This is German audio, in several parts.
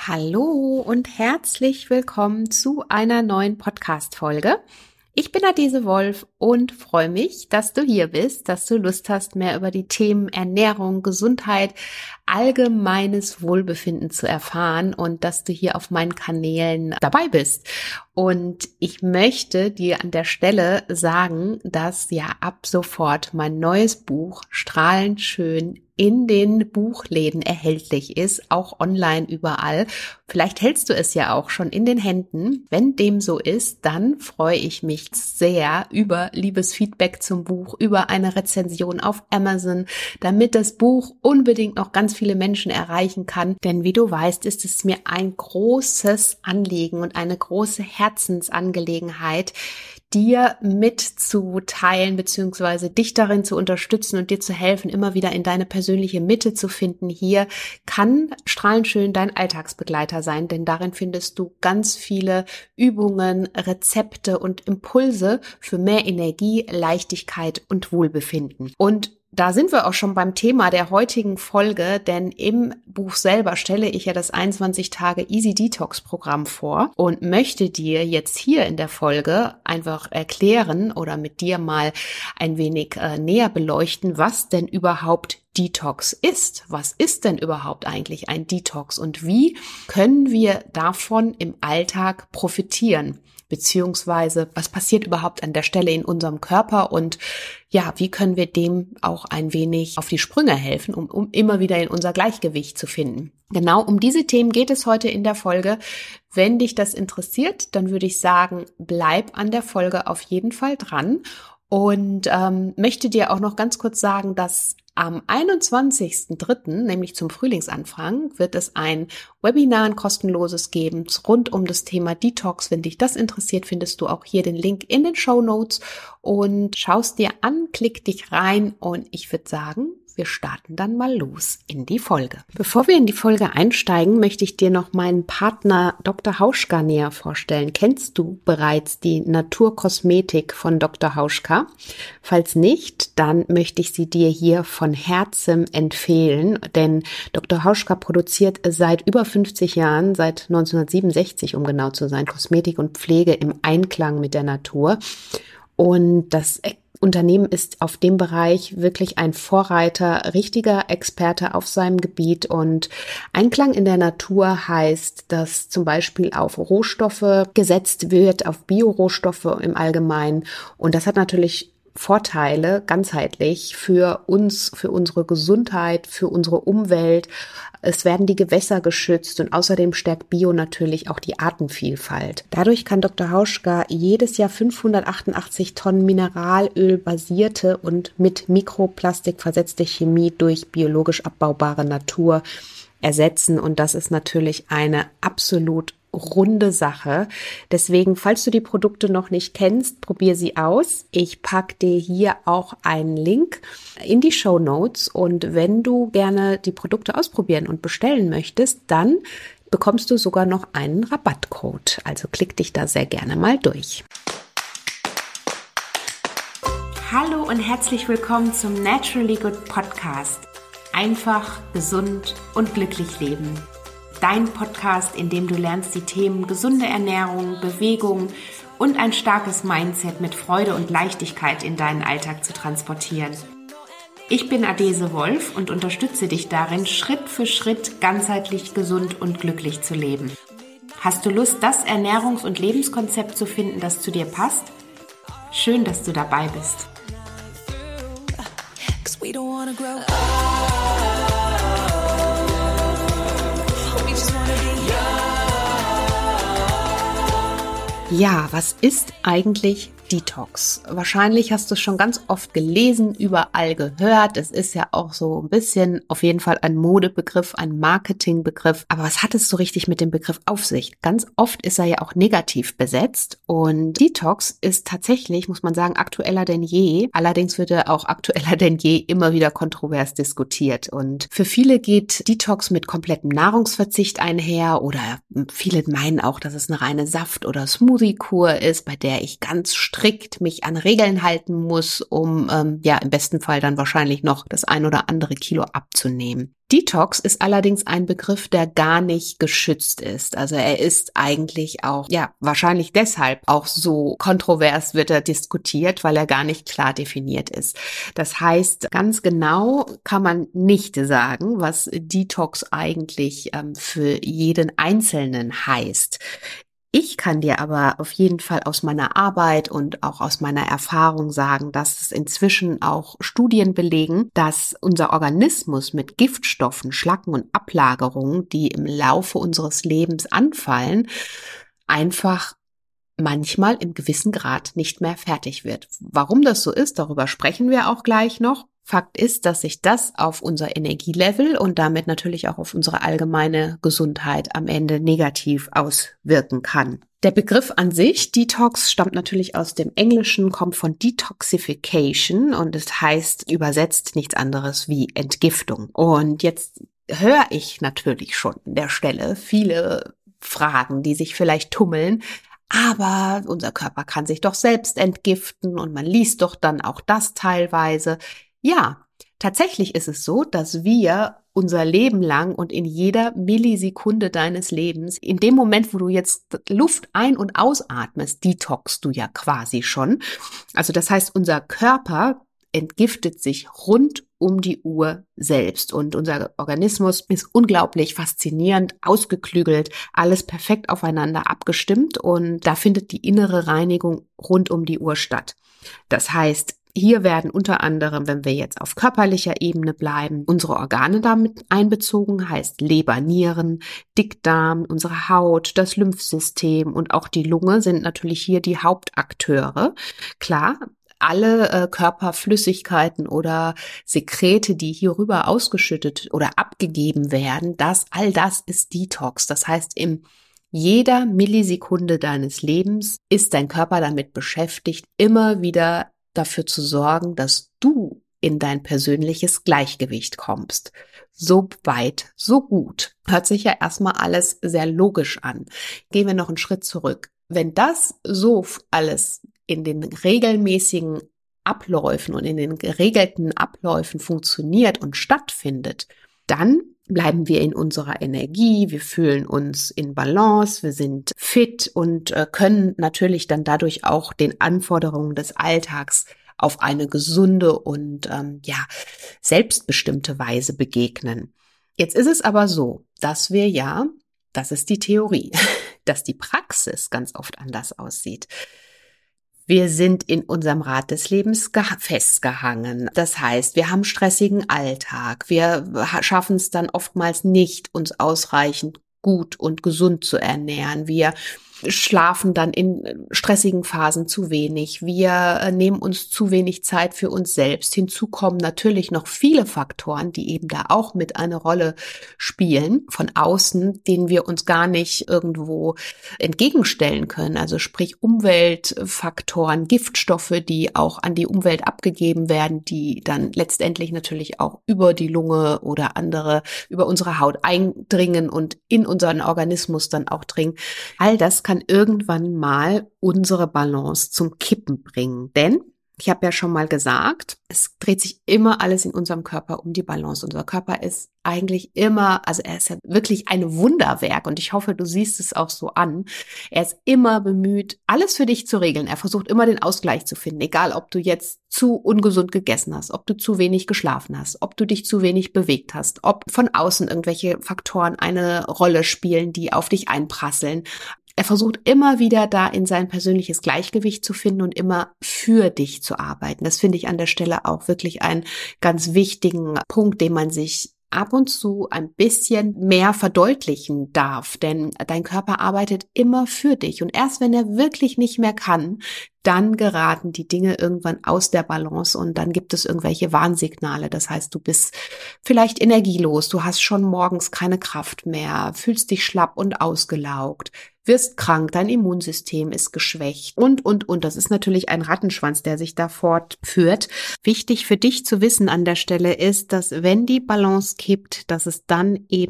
Hallo und herzlich willkommen zu einer neuen Podcast-Folge. Ich bin Adese Wolf und freue mich, dass du hier bist, dass du Lust hast, mehr über die Themen Ernährung, Gesundheit, allgemeines Wohlbefinden zu erfahren und dass du hier auf meinen Kanälen dabei bist. Und ich möchte dir an der Stelle sagen, dass ja ab sofort mein neues Buch Strahlend schön in den Buchläden erhältlich ist, auch online überall. Vielleicht hältst du es ja auch schon in den Händen. Wenn dem so ist, dann freue ich mich sehr über liebes Feedback zum Buch, über eine Rezension auf Amazon, damit das Buch unbedingt noch ganz viele Menschen erreichen kann. Denn wie du weißt, ist es mir ein großes Anliegen und eine große Herzensangelegenheit, dir mitzuteilen bzw. dich darin zu unterstützen und dir zu helfen, immer wieder in deine persönliche Mitte zu finden. Hier kann Strahlend schön dein Alltagsbegleiter sein, denn darin findest du ganz viele Übungen, Rezepte und Impulse für mehr Energie, Leichtigkeit und Wohlbefinden. Und da sind wir auch schon beim Thema der heutigen Folge, denn im Buch selber stelle ich ja das 21 Tage Easy Detox Programm vor und möchte dir jetzt hier in der Folge einfach erklären oder mit dir mal ein wenig näher beleuchten, was denn überhaupt Detox ist. Was ist denn überhaupt eigentlich ein Detox und wie können wir davon im Alltag profitieren? Beziehungsweise, was passiert überhaupt an der Stelle in unserem Körper und ja, wie können wir dem auch ein wenig auf die Sprünge helfen, um immer wieder in unser Gleichgewicht zu finden. Genau um diese Themen geht es heute in der Folge. Wenn dich das interessiert, dann würde ich sagen, bleib an der Folge auf jeden Fall dran und möchte dir auch noch ganz kurz sagen, dass am 21.03., nämlich zum Frühlingsanfang, wird es ein Webinar, ein kostenloses geben rund um das Thema Detox. Wenn dich das interessiert, findest du auch hier den Link in den Shownotes und schaust dir an, klick dich rein und ich würde sagen, wir starten dann mal los in die Folge. Bevor wir in die Folge einsteigen, möchte ich dir noch meinen Partner Dr. Hauschka näher vorstellen. Kennst du bereits die Naturkosmetik von Dr. Hauschka? Falls nicht, dann möchte ich sie dir hier von Herzen empfehlen, denn Dr. Hauschka produziert seit über 50 Jahren, seit 1967 um genau zu sein, Kosmetik und Pflege im Einklang mit der Natur. Und das Unternehmen ist auf dem Bereich wirklich ein Vorreiter, richtiger Experte auf seinem Gebiet und Einklang in der Natur heißt, dass zum Beispiel auf Rohstoffe gesetzt wird, auf Biorohstoffe im Allgemeinen und das hat natürlich Vorteile ganzheitlich für uns, für unsere Gesundheit, für unsere Umwelt. Es werden die Gewässer geschützt und außerdem stärkt Bio natürlich auch die Artenvielfalt. Dadurch kann Dr. Hauschka jedes Jahr 588 Tonnen Mineralöl-basierte und mit Mikroplastik versetzte Chemie durch biologisch abbaubare Natur ersetzen und das ist natürlich eine absolut runde Sache. Deswegen, falls du die Produkte noch nicht kennst, probier sie aus. Ich packe dir hier auch einen Link in die Shownotes und wenn du gerne die Produkte ausprobieren und bestellen möchtest, dann bekommst du sogar noch einen Rabattcode. Also klick dich da sehr gerne mal durch. Hallo und herzlich willkommen zum Naturally Good Podcast. Einfach, gesund und glücklich leben. Dein Podcast, in dem du lernst, die Themen gesunde Ernährung, Bewegung und ein starkes Mindset mit Freude und Leichtigkeit in deinen Alltag zu transportieren. Ich bin Adese Wolf und unterstütze dich darin, Schritt für Schritt ganzheitlich gesund und glücklich zu leben. Hast du Lust, das Ernährungs- und Lebenskonzept zu finden, das zu dir passt? Schön, dass du dabei bist. Ja, was ist eigentlich Detox? Wahrscheinlich hast du es schon ganz oft gelesen, überall gehört. Es ist ja auch so ein bisschen auf jeden Fall ein Modebegriff, ein Marketingbegriff. Aber was hat es so richtig mit dem Begriff auf sich? Ganz oft ist er ja auch negativ besetzt und Detox ist tatsächlich, muss man sagen, aktueller denn je. Allerdings wird er auch aktueller denn je immer wieder kontrovers diskutiert. Und für viele geht Detox mit komplettem Nahrungsverzicht einher oder viele meinen auch, dass es eine reine Saft- oder Smoothie-Kur ist, bei der ich ganz strikt mich an Regeln halten muss, um im besten Fall dann wahrscheinlich noch das 1 oder andere Kilo abzunehmen. Detox ist allerdings ein Begriff, der gar nicht geschützt ist. Also er ist eigentlich auch, wahrscheinlich deshalb auch so kontrovers wird er diskutiert, weil er gar nicht klar definiert ist. Das heißt, ganz genau kann man nicht sagen, was Detox eigentlich für jeden Einzelnen heißt. Ich kann dir aber auf jeden Fall aus meiner Arbeit und auch aus meiner Erfahrung sagen, dass es inzwischen auch Studien belegen, dass unser Organismus mit Giftstoffen, Schlacken und Ablagerungen, die im Laufe unseres Lebens anfallen, einfach manchmal im gewissen Grad nicht mehr fertig wird. Warum das so ist, darüber sprechen wir auch gleich noch. Fakt ist, dass sich das auf unser Energielevel und damit natürlich auch auf unsere allgemeine Gesundheit am Ende negativ auswirken kann. Der Begriff an sich, Detox, stammt natürlich aus dem Englischen, kommt von Detoxification und es heißt übersetzt nichts anderes wie Entgiftung. Und jetzt höre ich natürlich schon an der Stelle viele Fragen, die sich vielleicht tummeln. Aber unser Körper kann sich doch selbst entgiften und man liest doch dann auch das teilweise. Ja, tatsächlich ist es so, dass wir unser Leben lang und in jeder Millisekunde deines Lebens, in dem Moment, wo du jetzt Luft ein- und ausatmest, detoxst du ja quasi schon. Also das heißt, unser Körper entgiftet sich rund um die Uhr selbst und unser Organismus ist unglaublich faszinierend, ausgeklügelt, alles perfekt aufeinander abgestimmt und da findet die innere Reinigung rund um die Uhr statt. Das heißt, hier werden unter anderem, wenn wir jetzt auf körperlicher Ebene bleiben, unsere Organe damit einbezogen, heißt Leber, Nieren, Dickdarm, unsere Haut, das Lymphsystem und auch die Lunge sind natürlich hier die Hauptakteure. Klar, alle Körperflüssigkeiten oder Sekrete, die hierüber ausgeschüttet oder abgegeben werden, all das ist Detox. Das heißt, in jeder Millisekunde deines Lebens ist dein Körper damit beschäftigt, immer wieder dafür zu sorgen, dass du in dein persönliches Gleichgewicht kommst. So weit, so gut. Hört sich ja erstmal alles sehr logisch an. Gehen wir noch einen Schritt zurück. Wenn das so alles in den regelmäßigen Abläufen und in den geregelten Abläufen funktioniert und stattfindet, dann bleiben wir in unserer Energie, wir fühlen uns in Balance, wir sind fit und können natürlich dann dadurch auch den Anforderungen des Alltags auf eine gesunde und selbstbestimmte Weise begegnen. Jetzt ist es aber so, dass das ist die Theorie, dass die Praxis ganz oft anders aussieht. Wir sind in unserem Rad des Lebens festgehangen. Das heißt, wir haben stressigen Alltag. Wir schaffen es dann oftmals nicht, uns ausreichend gut und gesund zu ernähren. Wir schlafen dann in stressigen Phasen zu wenig. Wir nehmen uns zu wenig Zeit für uns selbst. Hinzu kommen natürlich noch viele Faktoren, die eben da auch mit eine Rolle spielen von außen, denen wir uns gar nicht irgendwo entgegenstellen können. Also sprich Umweltfaktoren, Giftstoffe, die auch an die Umwelt abgegeben werden, die dann letztendlich natürlich auch über die Lunge oder andere, über unsere Haut eindringen und in unseren Organismus dann auch dringen. All das kann irgendwann mal unsere Balance zum Kippen bringen. Denn, ich habe ja schon mal gesagt, es dreht sich immer alles in unserem Körper um die Balance. Unser Körper ist eigentlich immer, also er ist ja wirklich ein Wunderwerk und ich hoffe, du siehst es auch so an. Er ist immer bemüht, alles für dich zu regeln. Er versucht immer den Ausgleich zu finden, egal ob du jetzt zu ungesund gegessen hast, ob du zu wenig geschlafen hast, ob du dich zu wenig bewegt hast, ob von außen irgendwelche Faktoren eine Rolle spielen, die auf dich einprasseln. Er versucht immer wieder da in sein persönliches Gleichgewicht zu finden und immer für dich zu arbeiten. Das finde ich an der Stelle auch wirklich einen ganz wichtigen Punkt, den man sich ab und zu ein bisschen mehr verdeutlichen darf, denn dein Körper arbeitet immer für dich und erst wenn er wirklich nicht mehr kann, dann geraten die Dinge irgendwann aus der Balance und dann gibt es irgendwelche Warnsignale. Das heißt, du bist vielleicht energielos, du hast schon morgens keine Kraft mehr, fühlst dich schlapp und ausgelaugt, wirst krank, dein Immunsystem ist geschwächt und. Das ist natürlich ein Rattenschwanz, der sich da fortführt. Wichtig für dich zu wissen an der Stelle ist, dass wenn die Balance kippt, dass es dann eben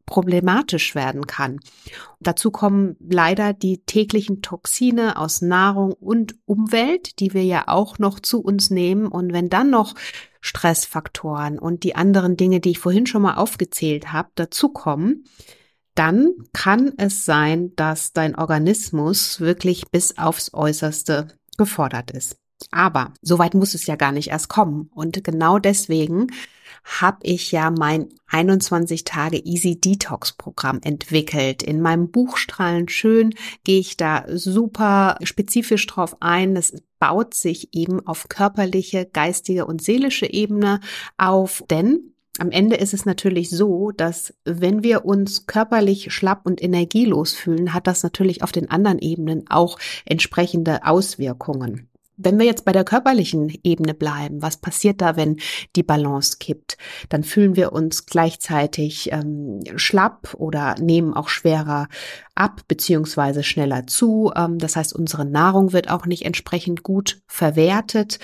problematisch werden kann. Dazu kommen leider die täglichen Toxine aus Nahrung und Umwelt, die wir ja auch noch zu uns nehmen. Und wenn dann noch Stressfaktoren und die anderen Dinge, die ich vorhin schon mal aufgezählt habe, dazukommen, dann kann es sein, dass dein Organismus wirklich bis aufs Äußerste gefordert ist. Aber soweit muss es ja gar nicht erst kommen. Und genau deswegen habe ich ja mein 21 Tage Easy Detox Programm entwickelt. In meinem Buch Strahlend schön gehe ich da super spezifisch drauf ein. Das baut sich eben auf körperliche, geistige und seelische Ebene auf, denn am Ende ist es natürlich so, dass wenn wir uns körperlich schlapp und energielos fühlen, hat das natürlich auf den anderen Ebenen auch entsprechende Auswirkungen. Wenn wir jetzt bei der körperlichen Ebene bleiben, was passiert da, wenn die Balance kippt? Dann fühlen wir uns gleichzeitig schlapp oder nehmen auch schwerer ab beziehungsweise schneller zu. Das heißt, unsere Nahrung wird auch nicht entsprechend gut verwertet.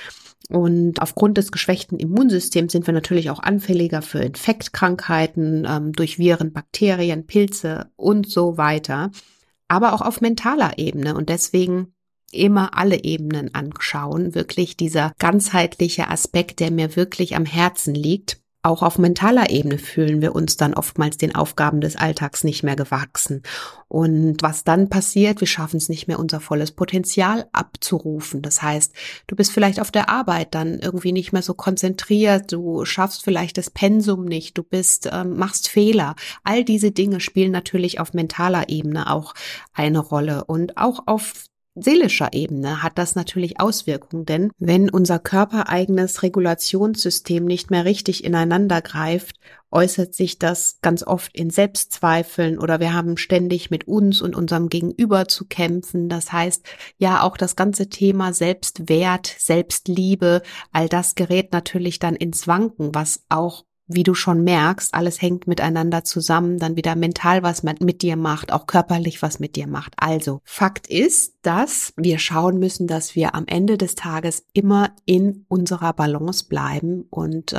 Und aufgrund des geschwächten Immunsystems sind wir natürlich auch anfälliger für Infektkrankheiten durch Viren, Bakterien, Pilze und so weiter. Aber auch auf mentaler Ebene. Und deswegen immer alle Ebenen anschauen, wirklich dieser ganzheitliche Aspekt, der mir wirklich am Herzen liegt. Auch auf mentaler Ebene fühlen wir uns dann oftmals den Aufgaben des Alltags nicht mehr gewachsen. Und was dann passiert, wir schaffen es nicht mehr, unser volles Potenzial abzurufen. Das heißt, du bist vielleicht auf der Arbeit dann irgendwie nicht mehr so konzentriert, du schaffst vielleicht das Pensum nicht, du machst Fehler. All diese Dinge spielen natürlich auf mentaler Ebene auch eine Rolle und auch auf seelischer Ebene hat das natürlich Auswirkungen, denn wenn unser körpereigenes Regulationssystem nicht mehr richtig ineinander greift, äußert sich das ganz oft in Selbstzweifeln oder wir haben ständig mit uns und unserem Gegenüber zu kämpfen. Das heißt, ja, auch das ganze Thema Selbstwert, Selbstliebe, all das gerät natürlich dann ins Wanken, was auch, wie du schon merkst, alles hängt miteinander zusammen, dann wieder mental was mit dir macht, auch körperlich was mit dir macht. Also, Fakt ist, dass wir schauen müssen, dass wir am Ende des Tages immer in unserer Balance bleiben und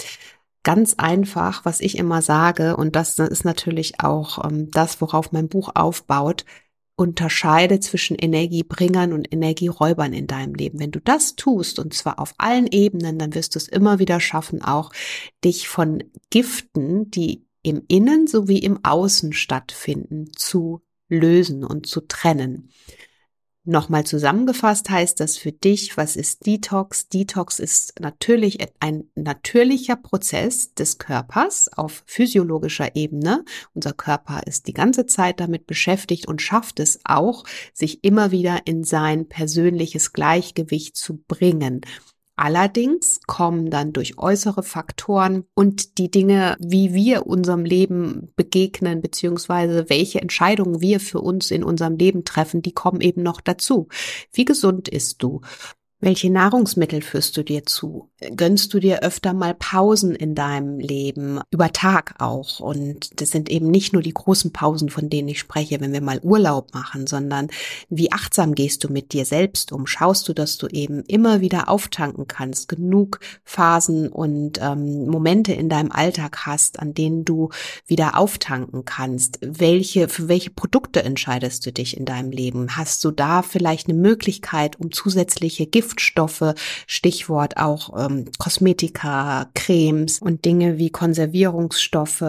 ganz einfach, was ich immer sage, und das ist natürlich auch das, worauf mein Buch aufbaut, unterscheide zwischen Energiebringern und Energieräubern in deinem Leben. Wenn du das tust, und zwar auf allen Ebenen, dann wirst du es immer wieder schaffen, auch dich von Giften, die im Innen sowie im Außen stattfinden, zu lösen und zu trennen. Nochmal zusammengefasst heißt das für dich, was ist Detox? Detox ist natürlich ein natürlicher Prozess des Körpers auf physiologischer Ebene. Unser Körper ist die ganze Zeit damit beschäftigt und schafft es auch, sich immer wieder in sein persönliches Gleichgewicht zu bringen. Allerdings kommen dann durch äußere Faktoren und die Dinge, wie wir unserem Leben begegnen, beziehungsweise welche Entscheidungen wir für uns in unserem Leben treffen, die kommen eben noch dazu. Wie gesund isst du? Welche Nahrungsmittel führst du dir zu? Gönnst du dir öfter mal Pausen in deinem Leben, über Tag auch? Und das sind eben nicht nur die großen Pausen, von denen ich spreche, wenn wir mal Urlaub machen, sondern wie achtsam gehst du mit dir selbst um? Schaust du, dass du eben immer wieder auftanken kannst, genug Phasen und Momente in deinem Alltag hast, an denen du wieder auftanken kannst? Für welche Produkte entscheidest du dich in deinem Leben? Hast du da vielleicht eine Möglichkeit, um zusätzliche Giftstoffe, Stichwort auch Kosmetika, Cremes und Dinge wie Konservierungsstoffe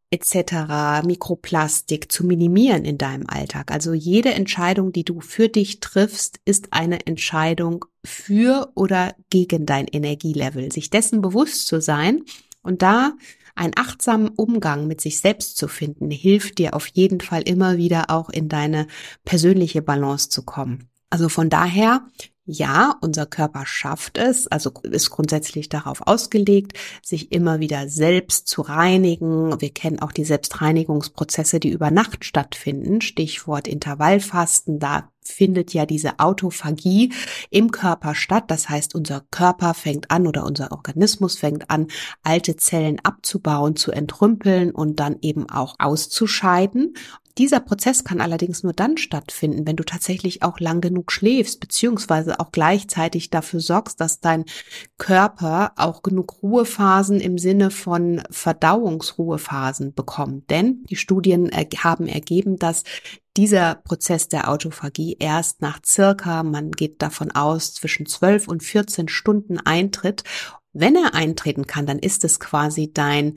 etc., Mikroplastik zu minimieren in deinem Alltag? Also jede Entscheidung, die du für dich triffst, ist eine Entscheidung für oder gegen dein Energielevel. Sich dessen bewusst zu sein und da einen achtsamen Umgang mit sich selbst zu finden, hilft dir auf jeden Fall immer wieder auch in deine persönliche Balance zu kommen. Also von daher, ja, unser Körper schafft es, also ist grundsätzlich darauf ausgelegt, sich immer wieder selbst zu reinigen. Wir kennen auch die Selbstreinigungsprozesse, die über Nacht stattfinden. Stichwort Intervallfasten, da findet ja diese Autophagie im Körper statt. Das heißt, unser Körper fängt an oder unser Organismus fängt an, alte Zellen abzubauen, zu entrümpeln und dann eben auch auszuscheiden. Dieser Prozess kann allerdings nur dann stattfinden, wenn du tatsächlich auch lang genug schläfst, beziehungsweise auch gleichzeitig dafür sorgst, dass dein Körper auch genug Ruhephasen im Sinne von Verdauungsruhephasen bekommt. Denn die Studien haben ergeben, dass dieser Prozess der Autophagie erst nach man geht davon aus, zwischen 12 und 14 Stunden eintritt. Wenn er eintreten kann, dann ist es quasi dein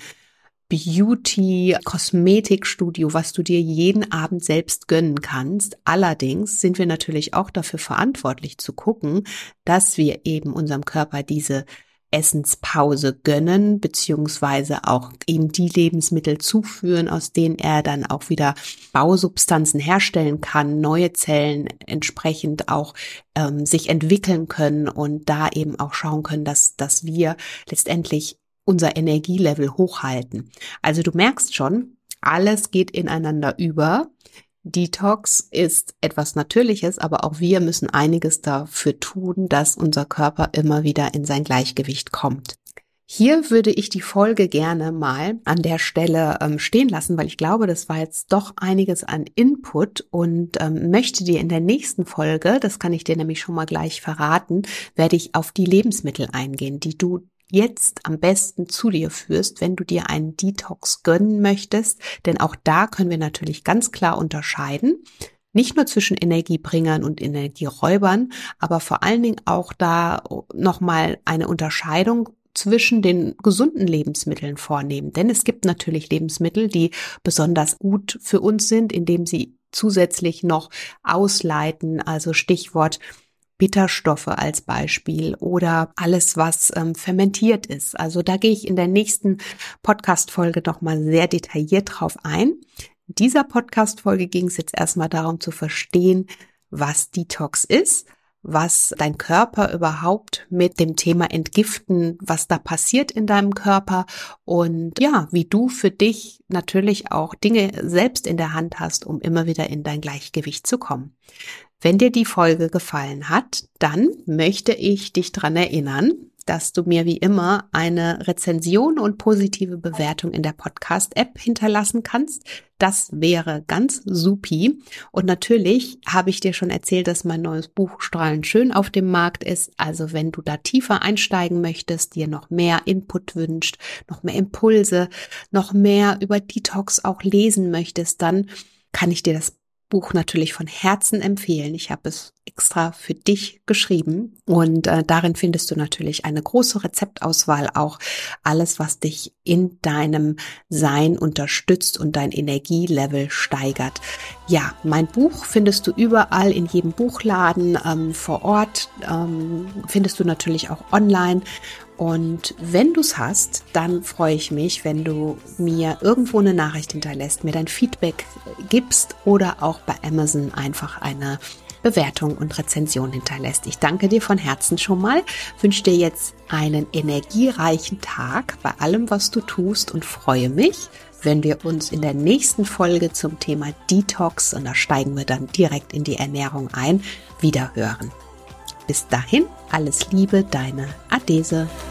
Beauty-Kosmetikstudio, was du dir jeden Abend selbst gönnen kannst. Allerdings sind wir natürlich auch dafür verantwortlich zu gucken, dass wir eben unserem Körper diese Essenspause gönnen, beziehungsweise auch ihm die Lebensmittel zuführen, aus denen er dann auch wieder Bausubstanzen herstellen kann, neue Zellen entsprechend auch sich entwickeln können und da eben auch schauen können, dass wir letztendlich unser Energielevel hochhalten. Also du merkst schon, alles geht ineinander über. Detox ist etwas Natürliches, aber auch wir müssen einiges dafür tun, dass unser Körper immer wieder in sein Gleichgewicht kommt. Hier würde ich die Folge gerne mal an der Stelle stehen lassen, weil ich glaube, das war jetzt doch einiges an Input und möchte dir in der nächsten Folge, das kann ich dir nämlich schon mal gleich verraten, werde ich auf die Lebensmittel eingehen, die du jetzt am besten zu dir führst, wenn du dir einen Detox gönnen möchtest, denn auch da können wir natürlich ganz klar unterscheiden, nicht nur zwischen Energiebringern und Energieräubern, aber vor allen Dingen auch da nochmal eine Unterscheidung zwischen den gesunden Lebensmitteln vornehmen, denn es gibt natürlich Lebensmittel, die besonders gut für uns sind, indem sie zusätzlich noch ausleiten, also Stichwort Bitterstoffe als Beispiel oder alles, was fermentiert ist. Also da gehe ich in der nächsten Podcast-Folge noch mal sehr detailliert drauf ein. In dieser Podcast-Folge ging es jetzt erstmal darum zu verstehen, was Detox ist, was dein Körper überhaupt mit dem Thema Entgiften, was da passiert in deinem Körper und ja, wie du für dich natürlich auch Dinge selbst in der Hand hast, um immer wieder in dein Gleichgewicht zu kommen. Wenn dir die Folge gefallen hat, dann möchte ich dich daran erinnern, dass du mir wie immer eine Rezension und positive Bewertung in der Podcast-App hinterlassen kannst. Das wäre ganz supi. Und natürlich habe ich dir schon erzählt, dass mein neues Buch Strahlend schön auf dem Markt ist. Also wenn du da tiefer einsteigen möchtest, dir noch mehr Input wünscht, noch mehr Impulse, noch mehr über Detox auch lesen möchtest, dann kann ich dir das Buch natürlich von Herzen empfehlen. Ich habe es extra für dich geschrieben und darin findest du natürlich eine große Rezeptauswahl, auch alles, was dich in deinem Sein unterstützt und dein Energielevel steigert. Ja, mein Buch findest du überall in jedem Buchladen, vor Ort findest du natürlich auch online. Und wenn du es hast, dann freue ich mich, wenn du mir irgendwo eine Nachricht hinterlässt, mir dein Feedback gibst oder auch bei Amazon einfach eine Bewertung und Rezension hinterlässt. Ich danke dir von Herzen schon mal, wünsche dir jetzt einen energiereichen Tag bei allem, was du tust und freue mich, wenn wir uns in der nächsten Folge zum Thema Detox, und da steigen wir dann direkt in die Ernährung ein, wieder hören. Bis dahin, alles Liebe, deine Adese.